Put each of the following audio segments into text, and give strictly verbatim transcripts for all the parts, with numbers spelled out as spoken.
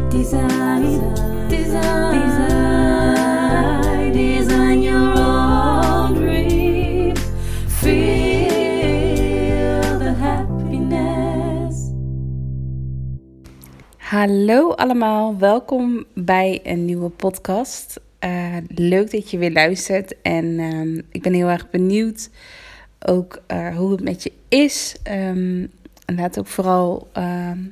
Design, design, design, design your own dreams. Feel the happiness. Hallo allemaal, welkom bij een nieuwe podcast. Uh, leuk dat je weer luistert en um, ik ben heel erg benieuwd ook uh, hoe het met je is. Um, en laat ook vooral... Um,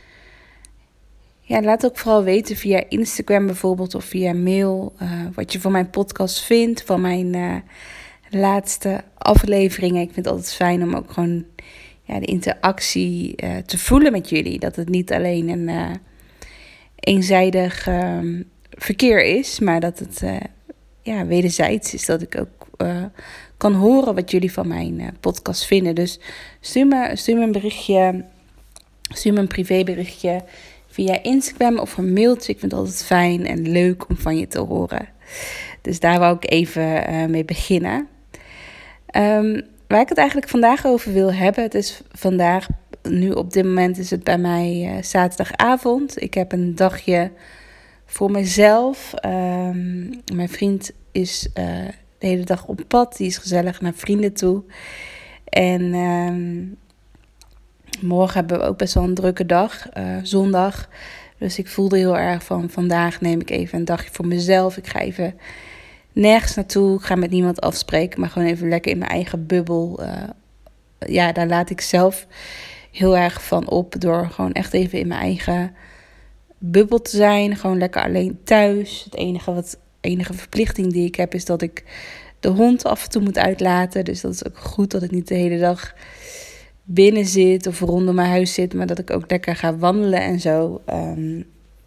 Ja, laat ook vooral weten via Instagram bijvoorbeeld of via mail uh, wat je van mijn podcast vindt, van mijn uh, laatste afleveringen. Ik vind het altijd fijn om ook gewoon ja, de interactie uh, te voelen met jullie. Dat het niet alleen een uh, eenzijdig uh, verkeer is, maar dat het uh, ja, wederzijds is. Dat ik ook uh, kan horen wat jullie van mijn uh, podcast vinden. Dus stuur me, stuur me een berichtje, stuur me een privéberichtje via Instagram of een mailtje. Ik vind het altijd fijn en leuk om van je te horen. Dus daar wou ik even uh, mee beginnen. Um, waar ik het eigenlijk vandaag over wil hebben. Het is vandaag, nu op dit moment is het bij mij uh, zaterdagavond. Ik heb een dagje voor mezelf. Um, mijn vriend is uh, de hele dag op pad. Die is gezellig naar vrienden toe. En... Um, Morgen hebben we ook best wel een drukke dag, uh, zondag. Dus ik voelde heel erg van, vandaag neem ik even een dagje voor mezelf. Ik ga even nergens naartoe, ik ga met niemand afspreken, maar gewoon even lekker in mijn eigen bubbel. Uh, ja, daar laat ik zelf heel erg van op, door gewoon echt even in mijn eigen bubbel te zijn. Gewoon lekker alleen thuis. Het enige, wat, enige verplichting die ik heb is dat ik de hond af en toe moet uitlaten. Dus dat is ook goed dat ik niet de hele dag binnen zit of rondom mijn huis zit, maar dat ik ook lekker ga wandelen en zo. Um,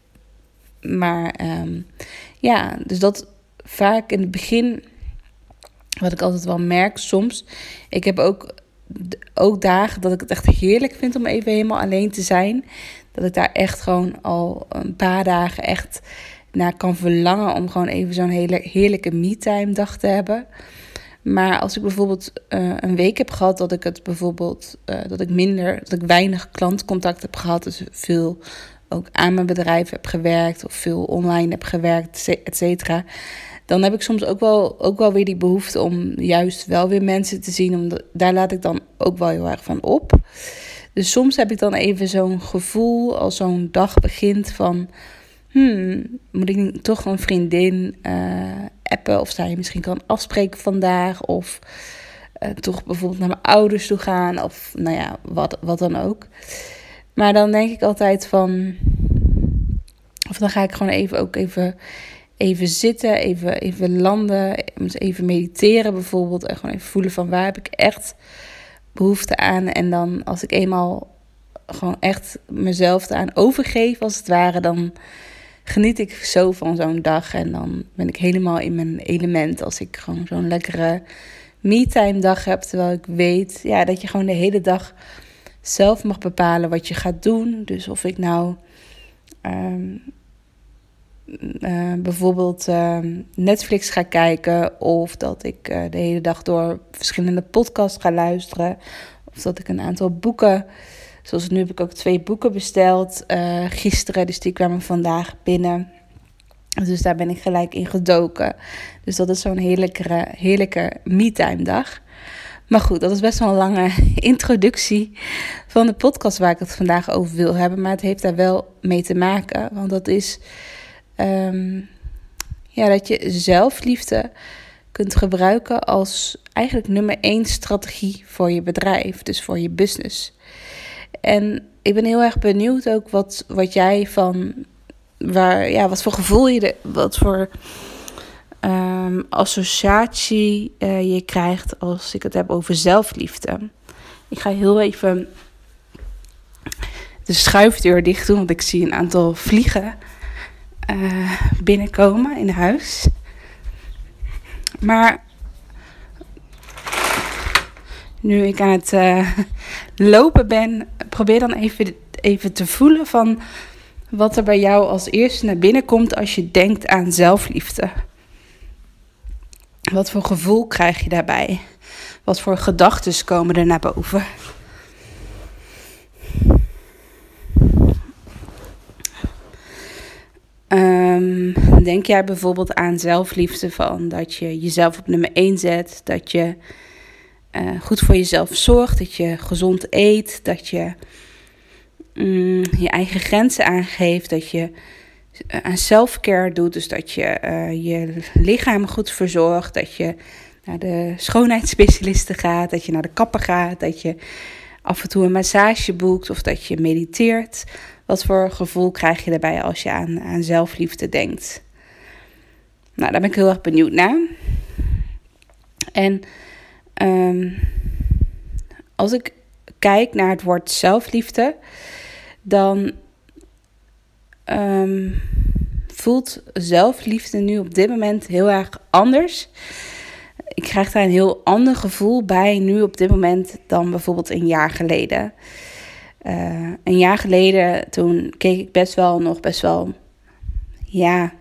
maar um, ja, dus dat vaak in het begin, wat ik altijd wel merk soms. Ik heb ook, ook dagen dat ik het echt heerlijk vind om even helemaal alleen te zijn. Dat ik daar echt gewoon al een paar dagen echt naar kan verlangen om gewoon even zo'n hele heerlijke me-time dag te hebben. Maar als ik bijvoorbeeld uh, een week heb gehad dat ik het bijvoorbeeld uh, dat ik minder, dat ik weinig klantcontact heb gehad, dus veel ook aan mijn bedrijf heb gewerkt of veel online heb gewerkt, et cetera. Dan heb ik soms ook wel, ook wel weer die behoefte om juist wel weer mensen te zien. Omdat, daar laat ik dan ook wel heel erg van op. Dus soms heb ik dan even zo'n gevoel als zo'n dag begint van, Hmm, moet ik toch een vriendin uh, appen of zij misschien kan afspreken vandaag, of uh, toch bijvoorbeeld naar mijn ouders toe gaan, of nou ja, wat, wat dan ook. Maar dan denk ik altijd van, of dan ga ik gewoon even ook even, even zitten, even, even landen, even mediteren bijvoorbeeld, en gewoon even voelen van waar heb ik echt behoefte aan. En dan als ik eenmaal gewoon echt mezelf eraan overgeef als het ware, dan geniet ik zo van zo'n dag. En dan ben ik helemaal in mijn element als ik gewoon zo'n lekkere me-time dag heb. Terwijl ik weet ja, dat je gewoon de hele dag zelf mag bepalen wat je gaat doen. Dus of ik nou um, uh, bijvoorbeeld uh, Netflix ga kijken, of dat ik uh, de hele dag door verschillende podcasts ga luisteren, of dat ik een aantal boeken, zoals nu heb ik ook twee boeken besteld uh, gisteren, dus die kwamen vandaag binnen. Dus daar ben ik gelijk in gedoken. Dus dat is zo'n heerlijke, heerlijke me-time dag. Maar goed, dat is best wel een lange introductie van de podcast waar ik het vandaag over wil hebben. Maar het heeft daar wel mee te maken. Want dat is um, ja, dat je zelfliefde kunt gebruiken als eigenlijk nummer één strategie voor je bedrijf. Dus voor je business. En ik ben heel erg benieuwd ook wat, wat jij van, waar, ja, wat voor gevoel je, de, wat voor um, associatie uh, je krijgt als ik het heb over zelfliefde. Ik ga heel even de schuifdeur dicht doen, want ik zie een aantal vliegen uh, binnenkomen in huis. Maar nu ik aan het uh, lopen ben, probeer dan even, even te voelen van wat er bij jou als eerste naar binnen komt als je denkt aan zelfliefde. Wat voor gevoel krijg je daarbij? Wat voor gedachten komen er naar boven? Um, denk jij bijvoorbeeld aan zelfliefde, van dat je jezelf op nummer één zet, dat je uh, goed voor jezelf zorgt, dat je gezond eet, dat je um, je eigen grenzen aangeeft, dat je uh, aan selfcare doet, dus dat je uh, je lichaam goed verzorgt, dat je naar de schoonheidsspecialisten gaat, dat je naar de kapper gaat, dat je af en toe een massage boekt of dat je mediteert. Wat voor gevoel krijg je daarbij als je aan, aan zelfliefde denkt? Nou, daar ben ik heel erg benieuwd naar. En um, als ik kijk naar het woord zelfliefde, dan um, voelt zelfliefde nu op dit moment heel erg anders. Ik krijg daar een heel ander gevoel bij nu op dit moment dan bijvoorbeeld een jaar geleden. Uh, een jaar geleden, toen keek ik best wel nog best wel, ja,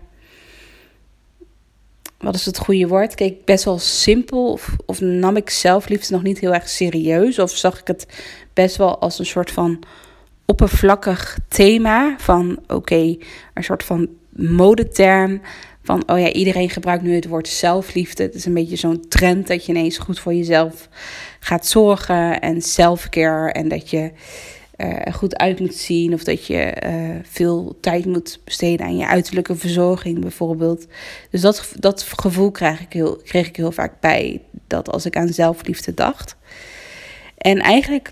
wat is het goede woord? Keek ik best wel simpel of, of nam ik zelfliefde nog niet heel erg serieus? Of zag ik het best wel als een soort van oppervlakkig thema van, oké, okay, een soort van modeterm van, oh ja, iedereen gebruikt nu het woord zelfliefde. Het is een beetje zo'n trend dat je ineens goed voor jezelf gaat zorgen en selfcare en dat je er uh, goed uit moet zien of dat je uh, veel tijd moet besteden aan je uiterlijke verzorging bijvoorbeeld. Dus dat, dat gevoel kreeg ik, heel, kreeg ik heel vaak bij, dat als ik aan zelfliefde dacht. En eigenlijk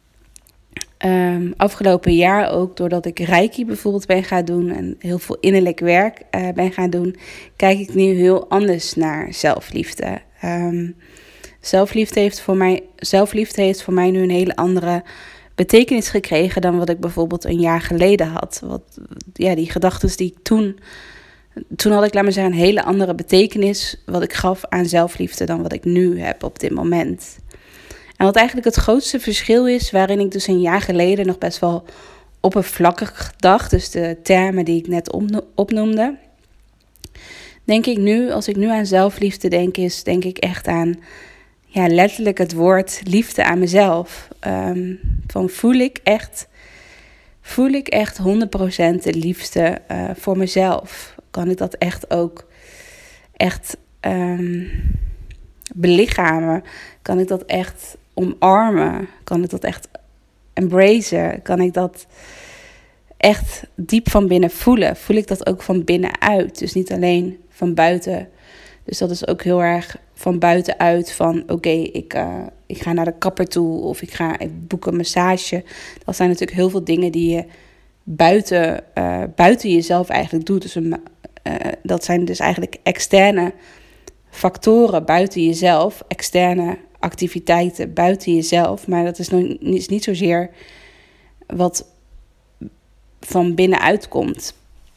um, afgelopen jaar ook, doordat ik Reiki bijvoorbeeld ben gaan doen en heel veel innerlijk werk uh, ben gaan doen, kijk ik nu heel anders naar zelfliefde. Um, zelfliefde heeft voor mij, zelfliefde heeft voor mij nu een hele andere betekenis gekregen dan wat ik bijvoorbeeld een jaar geleden had. Wat, ja, die gedachten die ik toen... Toen had ik, laat maar zeggen, een hele andere betekenis wat ik gaf aan zelfliefde dan wat ik nu heb op dit moment. En wat eigenlijk het grootste verschil is, waarin ik dus een jaar geleden nog best wel oppervlakkig dacht, dus de termen die ik net opnoemde, denk ik nu, als ik nu aan zelfliefde denk, is denk ik echt aan, ja, letterlijk het woord liefde aan mezelf. Um, van voel ik echt, voel ik echt honderd procent de liefde uh, voor mezelf? Kan ik dat echt ook echt um, belichamen? Kan ik dat echt omarmen? Kan ik dat echt embracen? Kan ik dat echt diep van binnen voelen? Voel ik dat ook van binnenuit? Dus niet alleen van buiten. Dus dat is ook heel erg van buitenuit van oké, okay, ik, uh, ik ga naar de kapper toe of ik ga ik boek een massage. Dat zijn natuurlijk heel veel dingen die je buiten, uh, buiten jezelf eigenlijk doet. Dus een, uh, dat zijn dus eigenlijk externe factoren buiten jezelf, externe activiteiten buiten jezelf. Maar dat is, nog, is niet zozeer wat van binnenuit komt.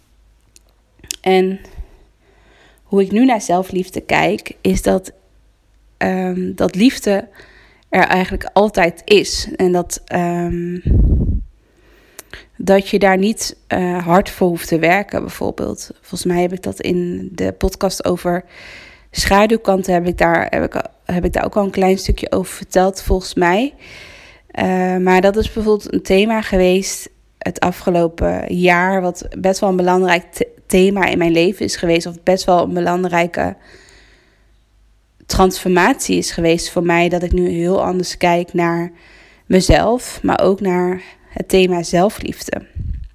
En hoe ik nu naar zelfliefde kijk, is dat, um, dat liefde er eigenlijk altijd is. En dat, um, dat je daar niet uh, hard voor hoeft te werken, bijvoorbeeld. Volgens mij heb ik dat in de podcast over schaduwkanten, heb ik daar, heb ik, heb ik daar ook al een klein stukje over verteld, volgens mij. Uh, maar dat is bijvoorbeeld een thema geweest het afgelopen jaar, wat best wel een belangrijk te- thema in mijn leven is geweest, of best wel een belangrijke transformatie is geweest voor mij, dat ik nu heel anders kijk naar mezelf, maar ook naar het thema zelfliefde.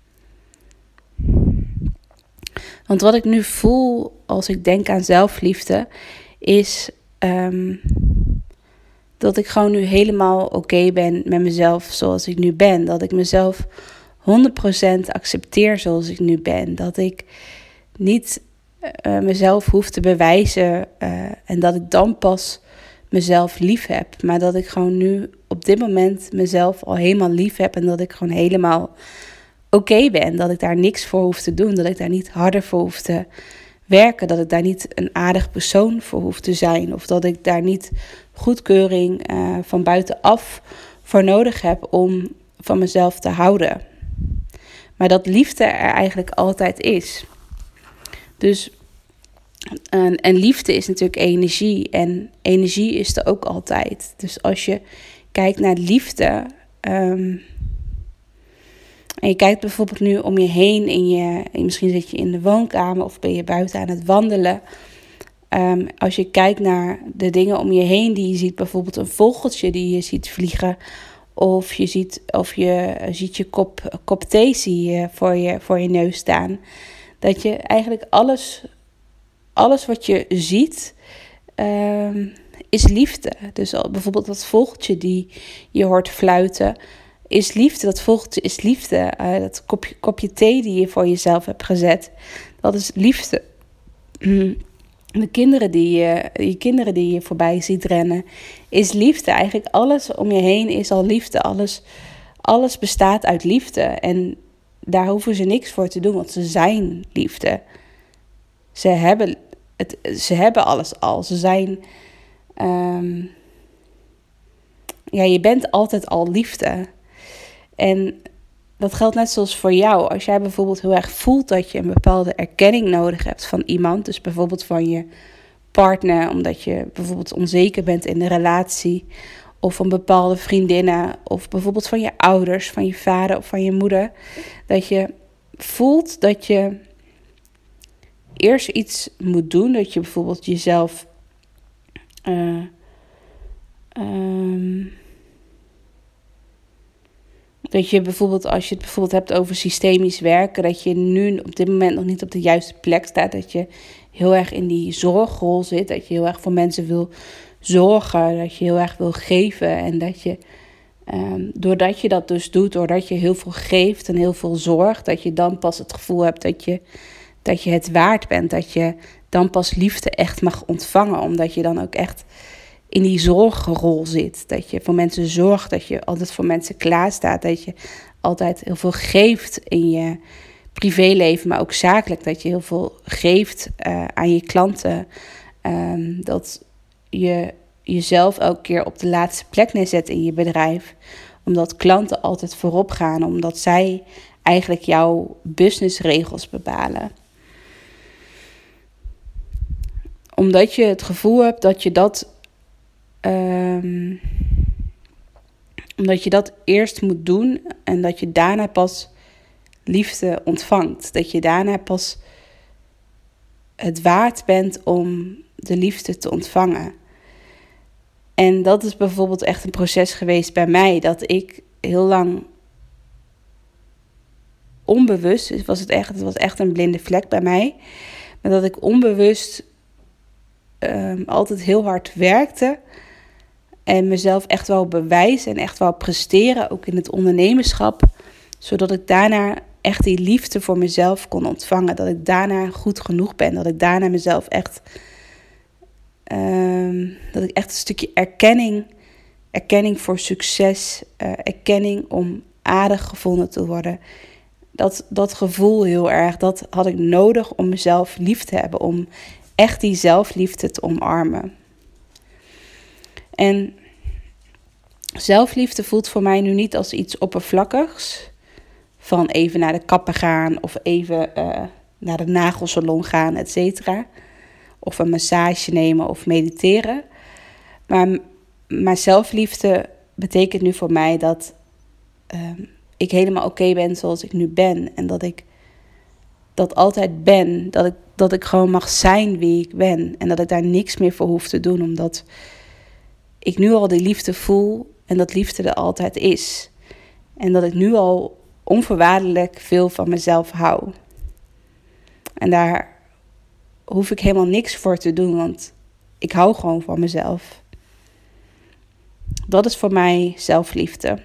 Want wat ik nu voel als ik denk aan zelfliefde, is um, dat ik gewoon nu helemaal oké okay ben met mezelf zoals ik nu ben. Dat ik mezelf honderd procent accepteer zoals ik nu ben. Dat ik niet uh, mezelf hoef te bewijzen uh, en dat ik dan pas mezelf lief heb. Maar dat ik gewoon nu op dit moment mezelf al helemaal lief heb en dat ik gewoon helemaal oké okay ben. Dat ik daar niks voor hoef te doen. Dat ik daar niet harder voor hoef te werken. Dat ik daar niet een aardig persoon voor hoef te zijn. Of dat ik daar niet goedkeuring uh, van buitenaf voor nodig heb om van mezelf te houden. Maar dat liefde er eigenlijk altijd is. Dus en, en liefde is natuurlijk energie. En energie is er ook altijd. Dus als je kijkt naar liefde, Um, En je kijkt bijvoorbeeld nu om je heen. In je, misschien zit je in de woonkamer of ben je buiten aan het wandelen. Um, als je kijkt naar de dingen om je heen die je ziet. Bijvoorbeeld een vogeltje die je ziet vliegen. Of je ziet, of je, ziet je kop, kop thee zie je voor, je voor je neus staan. Dat je eigenlijk alles, alles wat je ziet um, is liefde. Dus al, bijvoorbeeld dat vogeltje die je hoort fluiten is liefde. Dat vogeltje is liefde. Uh, dat kopje, kopje thee die je voor jezelf hebt gezet, dat is liefde. De kinderen die je, je kinderen die je voorbij ziet rennen, is liefde. Eigenlijk alles om je heen is al liefde. Alles, alles bestaat uit liefde. En daar hoeven ze niks voor te doen, want ze zijn liefde. Ze hebben, het, ze hebben alles al. Ze zijn... Um, ja, je bent altijd al liefde. En dat geldt net zoals voor jou. Als jij bijvoorbeeld heel erg voelt dat je een bepaalde erkenning nodig hebt van iemand. Dus bijvoorbeeld van je partner, omdat je bijvoorbeeld onzeker bent in de relatie. Of van bepaalde vriendinnen. Of bijvoorbeeld van je ouders, van je vader of van je moeder. Dat je voelt dat je eerst iets moet doen. Dat je bijvoorbeeld jezelf... Uh, um, Dat je bijvoorbeeld, als je het bijvoorbeeld hebt over systemisch werken, dat je nu op dit moment nog niet op de juiste plek staat. Dat je heel erg in die zorgrol zit. Dat je heel erg voor mensen wil zorgen. Dat je heel erg wil geven. En dat je, um, doordat je dat dus doet, doordat je heel veel geeft en heel veel zorgt, dat je dan pas het gevoel hebt dat je, dat je het waard bent. Dat je dan pas liefde echt mag ontvangen. Omdat je dan ook echt in die zorgrol zit. Dat je voor mensen zorgt. Dat je altijd voor mensen klaarstaat. Dat je altijd heel veel geeft in je privéleven. Maar ook zakelijk. Dat je heel veel geeft uh, aan je klanten. Um, dat je jezelf elke keer op de laatste plek neerzet in je bedrijf. Omdat klanten altijd voorop gaan. Omdat zij eigenlijk jouw businessregels bepalen. Omdat je het gevoel hebt dat je dat... Um, omdat je dat eerst moet doen en dat je daarna pas liefde ontvangt. Dat je daarna pas het waard bent om de liefde te ontvangen. En dat is bijvoorbeeld echt een proces geweest bij mij. Dat ik heel lang onbewust, dus was het, echt, het was echt een blinde vlek bij mij. Maar dat ik onbewust um, altijd heel hard werkte. En mezelf echt wel bewijzen en echt wel presteren, ook in het ondernemerschap. Zodat ik daarna echt die liefde voor mezelf kon ontvangen. Dat ik daarna goed genoeg ben. Dat ik daarna mezelf echt... Um, dat ik echt een stukje erkenning... Erkenning voor succes. Uh, erkenning om aardig gevonden te worden. Dat, dat gevoel heel erg, dat had ik nodig om mezelf lief te hebben. Om echt die zelfliefde te omarmen. En zelfliefde voelt voor mij nu niet als iets oppervlakkigs. Van even naar de kapper gaan of even uh, naar de nagelsalon gaan, et cetera. Of een massage nemen of mediteren. Maar, maar zelfliefde betekent nu voor mij dat uh, ik helemaal oké ben zoals ik nu ben. En dat ik dat altijd ben. Dat ik, dat ik gewoon mag zijn wie ik ben. En dat ik daar niks meer voor hoef te doen, omdat ik nu al die liefde voel en dat liefde er altijd is. En dat ik nu al onvoorwaardelijk veel van mezelf hou. En daar hoef ik helemaal niks voor te doen, want ik hou gewoon van mezelf. Dat is voor mij zelfliefde.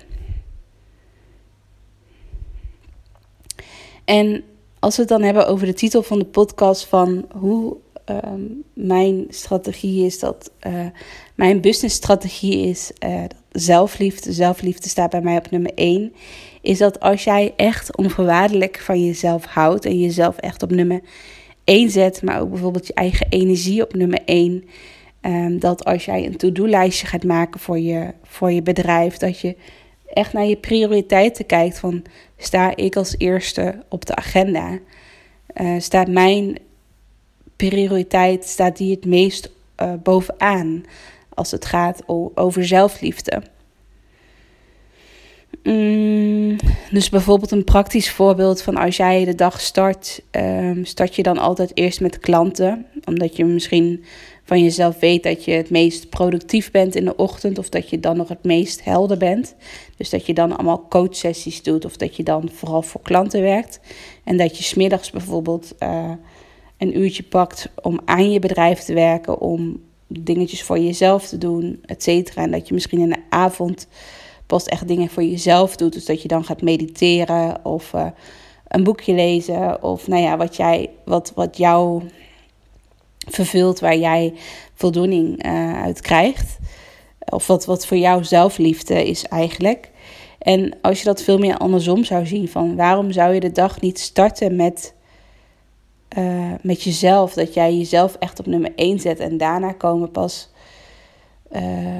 En als we het dan hebben over de titel van de podcast van hoe um, mijn strategie is, dat uh, mijn businessstrategie is uh, zelfliefde. Zelfliefde staat bij mij op nummer één. Is dat als jij echt onvoorwaardelijk van jezelf houdt en jezelf echt op nummer één zet, maar ook bijvoorbeeld je eigen energie op nummer één. Um, dat als jij een to-do-lijstje gaat maken voor je, voor je bedrijf, dat je echt naar je prioriteiten kijkt van, sta ik als eerste op de agenda? Uh, staat mijn prioriteit, staat die het meest uh, bovenaan als het gaat o- over zelfliefde? Mm, dus bijvoorbeeld een praktisch voorbeeld van als jij de dag start, um, start je dan altijd eerst met klanten. Omdat je misschien van jezelf weet dat je het meest productief bent in de ochtend. Of dat je dan nog het meest helder bent. Dus dat je dan allemaal coachsessies doet. Of dat je dan vooral voor klanten werkt. En dat je 's middags bijvoorbeeld uh, een uurtje pakt om aan je bedrijf te werken. Om dingetjes voor jezelf te doen, et cetera. En dat je misschien in de avond pas echt dingen voor jezelf doet. Dus dat je dan gaat mediteren of uh, een boekje lezen. Of nou ja, wat, jij, wat, wat jou vervult, waar jij voldoening uh, uit krijgt. Of wat, wat voor jou zelfliefde is eigenlijk. En als je dat veel meer andersom zou zien, van waarom zou je de dag niet starten met, uh, met jezelf? Dat jij jezelf echt op nummer één zet en daarna komen pas... Uh,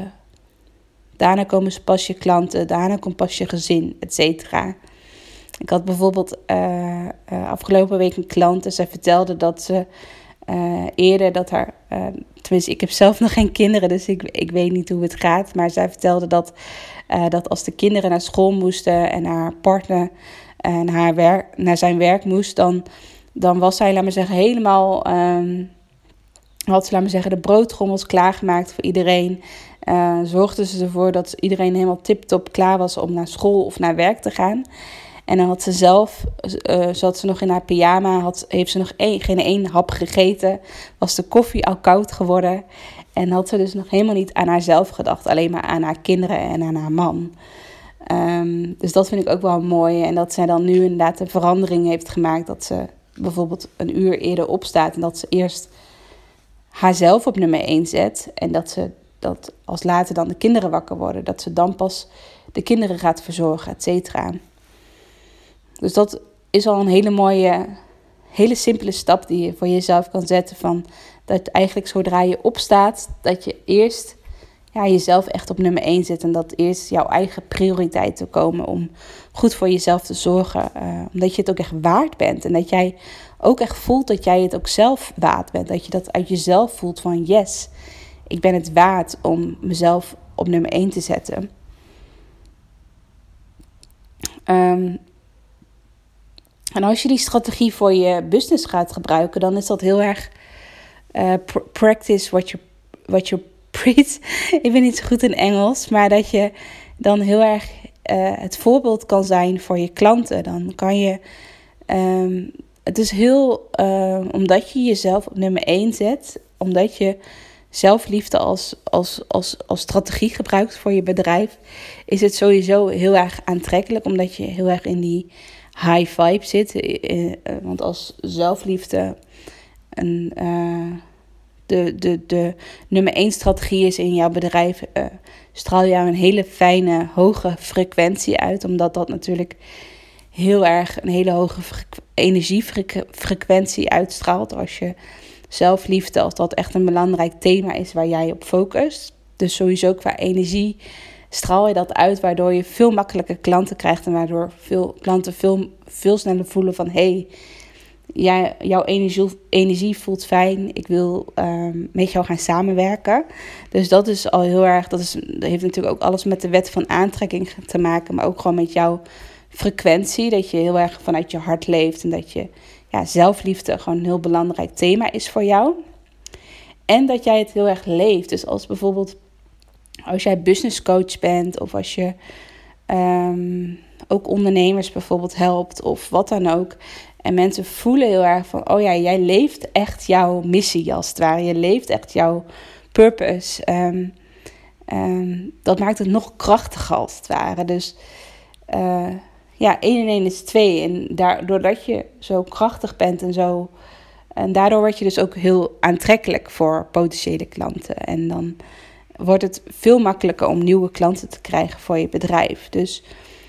Daarna komen pas je klanten, daarna komt pas je gezin, et cetera. Ik had bijvoorbeeld uh, uh, afgelopen week een klant en zij vertelde dat ze uh, eerder dat haar... Uh, tenminste, ik heb zelf nog geen kinderen, dus ik, ik weet niet hoe het gaat. Maar zij vertelde dat, uh, dat als de kinderen naar school moesten en haar partner uh, naar, haar werk, naar zijn werk moest, dan, dan was zij, laat maar zeggen, helemaal... Um, had ze, laat maar zeggen, de broodtrommels klaargemaakt voor iedereen. Uh, zorgde ze ervoor dat iedereen helemaal tip-top klaar was om naar school of naar werk te gaan. En dan had ze zelf, uh, zat ze nog in haar pyjama, had, heeft ze nog één, geen één hap gegeten. Was de koffie al koud geworden. En had ze dus nog helemaal niet aan haarzelf gedacht. Alleen maar aan haar kinderen en aan haar man. Um, dus dat vind ik ook wel mooi. En dat zij dan nu inderdaad een verandering heeft gemaakt. Dat ze bijvoorbeeld een uur eerder opstaat. En dat ze eerst haarzelf op nummer één zet. En dat ze dat als later dan de kinderen wakker worden, dat ze dan pas de kinderen gaat verzorgen, et cetera. Dus dat is al een hele mooie, hele simpele stap die je voor jezelf kan zetten. Van dat eigenlijk zodra je opstaat, dat je eerst ja, jezelf echt op nummer één zet. En dat eerst jouw eigen prioriteiten komen om goed voor jezelf te zorgen. Uh, omdat je het ook echt waard bent. En dat jij ook echt voelt dat jij het ook zelf waard bent. Dat je dat uit jezelf voelt van yes, ik ben het waard om mezelf op nummer één te zetten. Um, en als je die strategie voor je business gaat gebruiken, dan is dat heel erg uh, pr- practice what you, what you preach. Ik ben niet zo goed in Engels, maar dat je dan heel erg uh, het voorbeeld kan zijn voor je klanten. Dan kan je... Um, het is heel... Uh, omdat je jezelf op nummer één zet, omdat je zelfliefde als, als, als, als strategie gebruikt voor je bedrijf, is het sowieso heel erg aantrekkelijk, omdat je heel erg in die high vibe zit. Want als zelfliefde een, uh, de, de, de nummer één strategie is in jouw bedrijf, uh, straal je een hele fijne, hoge frequentie uit, omdat dat natuurlijk heel erg een hele hoge frequ- energiefrequentie uitstraalt als je zelfliefde, als dat echt een belangrijk thema is waar jij op focust. Dus sowieso qua energie straal je dat uit, waardoor je veel makkelijker klanten krijgt en waardoor veel klanten veel, veel sneller voelen van hey, jij, jouw energie, energie voelt fijn, ik wil um, met jou gaan samenwerken. Dus dat is al heel erg, dat, is, dat heeft natuurlijk ook alles met de wet van aantrekking te maken, maar ook gewoon met jouw frequentie, dat je heel erg vanuit je hart leeft en dat je ja, zelfliefde gewoon een heel belangrijk thema is voor jou. En dat jij het heel erg leeft. Dus als bijvoorbeeld als jij business coach bent of als je um, ook ondernemers bijvoorbeeld helpt of wat dan ook. En mensen voelen heel erg van, oh ja, jij leeft echt jouw missie als het ware. Je leeft echt jouw purpose. Um, um, dat maakt het nog krachtiger als het ware. Dus uh, ja, één en één is twee. En daar, doordat je zo krachtig bent en zo... En daardoor word je dus ook heel aantrekkelijk voor potentiële klanten. En dan wordt het veel makkelijker om nieuwe klanten te krijgen voor je bedrijf. Dus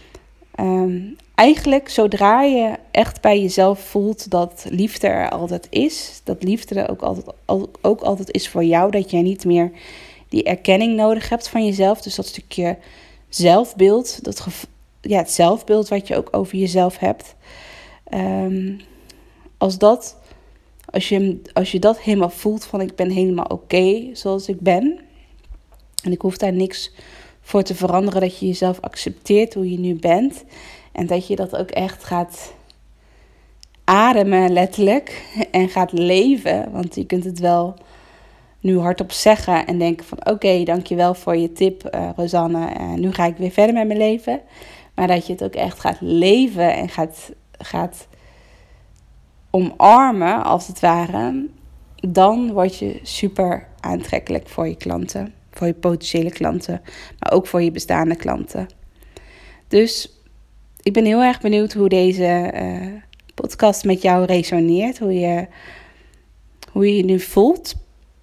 um, eigenlijk zodra je echt bij jezelf voelt dat liefde er altijd is. Dat liefde er ook altijd, ook altijd is voor jou. Dat jij niet meer die erkenning nodig hebt van jezelf. Dus dat stukje zelfbeeld. Dat gevo- ja, het zelfbeeld wat je ook over jezelf hebt. Um, als dat... Als je, als je dat helemaal voelt van ik ben helemaal oké zoals ik ben. En ik hoef daar niks voor te veranderen. Dat je jezelf accepteert hoe je nu bent. En dat je dat ook echt gaat ademen letterlijk. En gaat leven. Want je kunt het wel nu hardop zeggen en denken van oké, okay, dankjewel voor je tip uh, Rosanne. Uh, nu ga ik weer verder met mijn leven. Maar dat je het ook echt gaat leven en gaat, gaat omarmen als het ware. Dan word je super aantrekkelijk voor je klanten. Voor je potentiële klanten. Maar ook voor je bestaande klanten. Dus ik ben heel erg benieuwd hoe deze uh, podcast met jou resoneert. Hoe je, hoe je je nu voelt.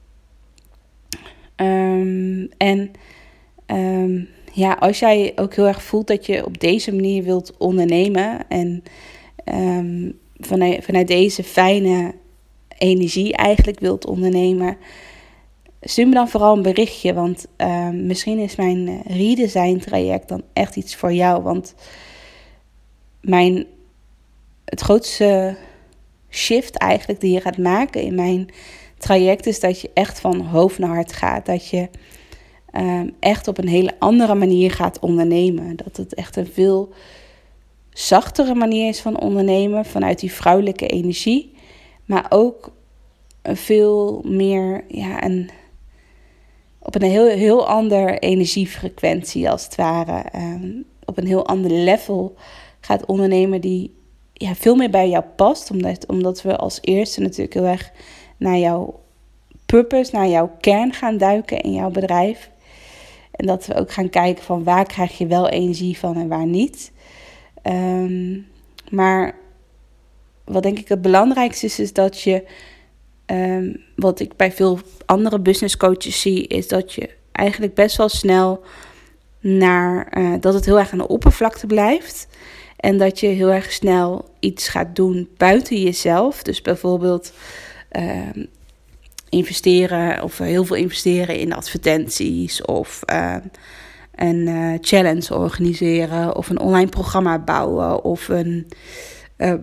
Um, en um, ja, als jij ook heel erg voelt dat je op deze manier wilt ondernemen. En um, vanuit, vanuit deze fijne energie eigenlijk wilt ondernemen. Stuur me dan vooral een berichtje. Want uh, misschien is mijn redesign traject dan echt iets voor jou. Want mijn, het grootste shift eigenlijk die je gaat maken in mijn traject is dat je echt van hoofd naar hart gaat. Dat je um, echt op een hele andere manier gaat ondernemen. Dat het echt een veel zachtere manier is van ondernemen. Vanuit die vrouwelijke energie. Maar ook een veel meer, ja, een, op een heel, heel ander energiefrequentie als het ware. Um, op een heel ander level gaat ondernemen die ja, veel meer bij jou past. Omdat, omdat we als eerste natuurlijk heel erg naar jouw purpose, naar jouw kern gaan duiken in jouw bedrijf. En dat we ook gaan kijken van waar krijg je wel energie van en waar niet. Um, maar wat denk ik het belangrijkste is, is dat je, um, wat ik bij veel andere business coaches zie, is dat je eigenlijk best wel snel naar, uh, dat het heel erg aan de oppervlakte blijft. En dat je heel erg snel iets gaat doen buiten jezelf. Dus bijvoorbeeld uh, investeren of heel veel investeren in advertenties of uh, een uh, challenge organiseren of een online programma bouwen of een uh,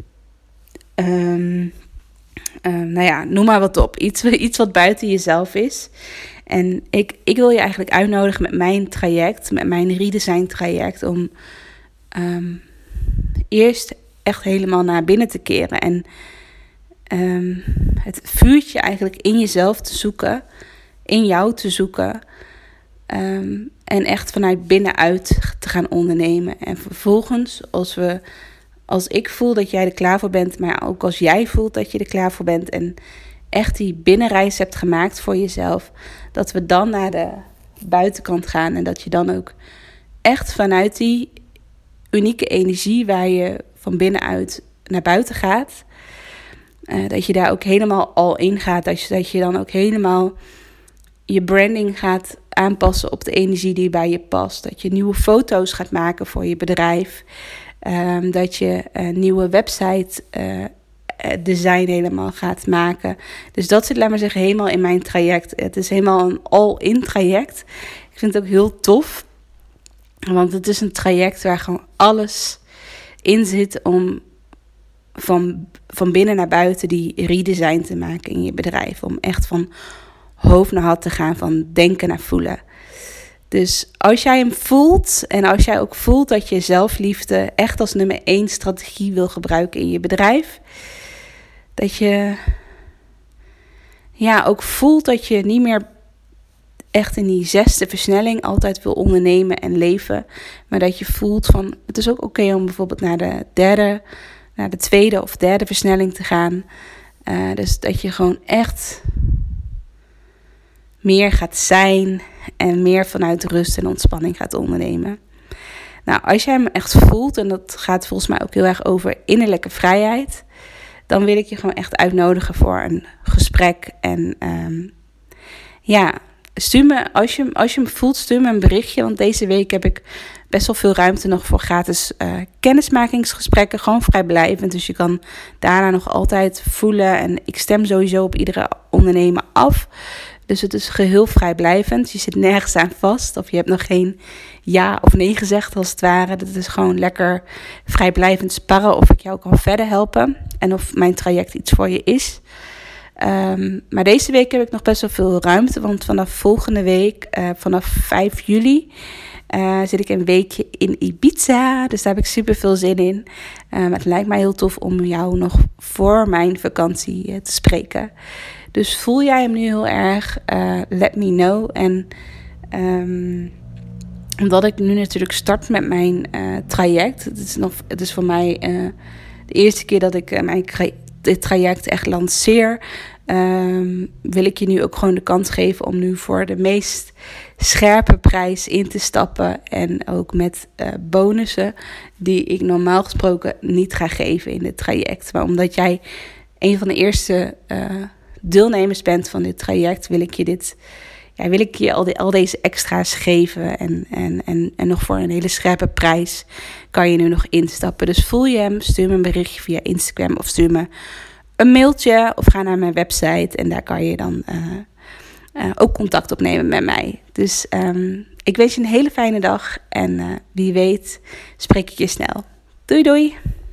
um, uh, nou ja, noem maar wat op. Iets, iets wat buiten jezelf is. En ik, ik wil je eigenlijk uitnodigen met mijn traject, met mijn redesign traject, om um, eerst echt helemaal naar binnen te keren en um, het vuurtje eigenlijk in jezelf te zoeken, in jou te zoeken um, en echt vanuit binnenuit te gaan ondernemen. En vervolgens, als we, als ik voel dat jij er klaar voor bent, maar ook als jij voelt dat je er klaar voor bent en echt die binnenreis hebt gemaakt voor jezelf, dat we dan naar de buitenkant gaan en dat je dan ook echt vanuit die unieke energie waar je van binnenuit naar buiten gaat, uh, dat je daar ook helemaal al in gaat, dat je, dat je dan ook helemaal je branding gaat aanpassen op de energie die bij je past, dat je nieuwe foto's gaat maken voor je bedrijf, um, dat je een nieuwe website uh, design helemaal gaat maken. Dus dat zit, laat maar zeggen, helemaal in mijn traject. Het is helemaal een all-in traject. Ik vind het ook heel tof, want het is een traject waar gewoon alles in zit om van, van binnen naar buiten die redesign te maken in je bedrijf. Om echt van hoofd naar hart te gaan, van denken naar voelen. Dus als jij hem voelt en als jij ook voelt dat je zelfliefde echt als nummer één strategie wil gebruiken in je bedrijf, dat je ja ook voelt dat je niet meer echt in die zesde versnelling altijd wil ondernemen en leven, maar dat je voelt van het is ook oké okay om bijvoorbeeld naar de derde, naar de tweede of derde versnelling te gaan. Uh, dus dat je gewoon echt meer gaat zijn en meer vanuit rust en ontspanning gaat ondernemen. Nou, als jij hem echt voelt, en dat gaat volgens mij ook heel erg over innerlijke vrijheid, dan wil ik je gewoon echt uitnodigen voor een gesprek. En um, ja, stuur me, als je, als je hem voelt, stuur me een berichtje. Want deze week heb ik best wel veel ruimte nog voor gratis uh, kennismakingsgesprekken. Gewoon vrijblijvend. Dus je kan daarna nog altijd voelen. En ik stem sowieso op iedere ondernemer af. Dus het is geheel vrijblijvend. Je zit nergens aan vast. Of je hebt nog geen ja of nee gezegd als het ware. Dat is gewoon lekker vrijblijvend sparren of ik jou kan verder helpen. En of mijn traject iets voor je is. Um, maar deze week heb ik nog best wel veel ruimte. Want vanaf volgende week, uh, vanaf vijf juli... Uh, zit ik een weekje in Ibiza. Dus daar heb ik super veel zin in. Uh, maar het lijkt mij heel tof om jou nog voor mijn vakantie uh, te spreken. Dus voel jij hem nu heel erg? Uh, let me know. En um, omdat ik nu natuurlijk start met mijn uh, traject. Het is, nog, het is voor mij uh, de eerste keer dat ik uh, mijn dit traject echt lanceer. Um, wil ik je nu ook gewoon de kans geven om nu voor de meest scherpe prijs in te stappen. En ook met uh, bonussen die ik normaal gesproken niet ga geven in dit traject. Maar omdat jij een van de eerste uh, deelnemers bent van dit traject, wil ik je dit, ja, wil ik je al, die, al deze extra's geven. En, en, en, en nog voor een hele scherpe prijs kan je nu nog instappen. Dus voel je hem, stuur me een berichtje via Instagram of stuur me een mailtje of ga naar mijn website en daar kan je dan uh, uh, ook contact opnemen met mij. Dus um, ik wens je een hele fijne dag en uh, wie weet spreek ik je snel. Doei doei!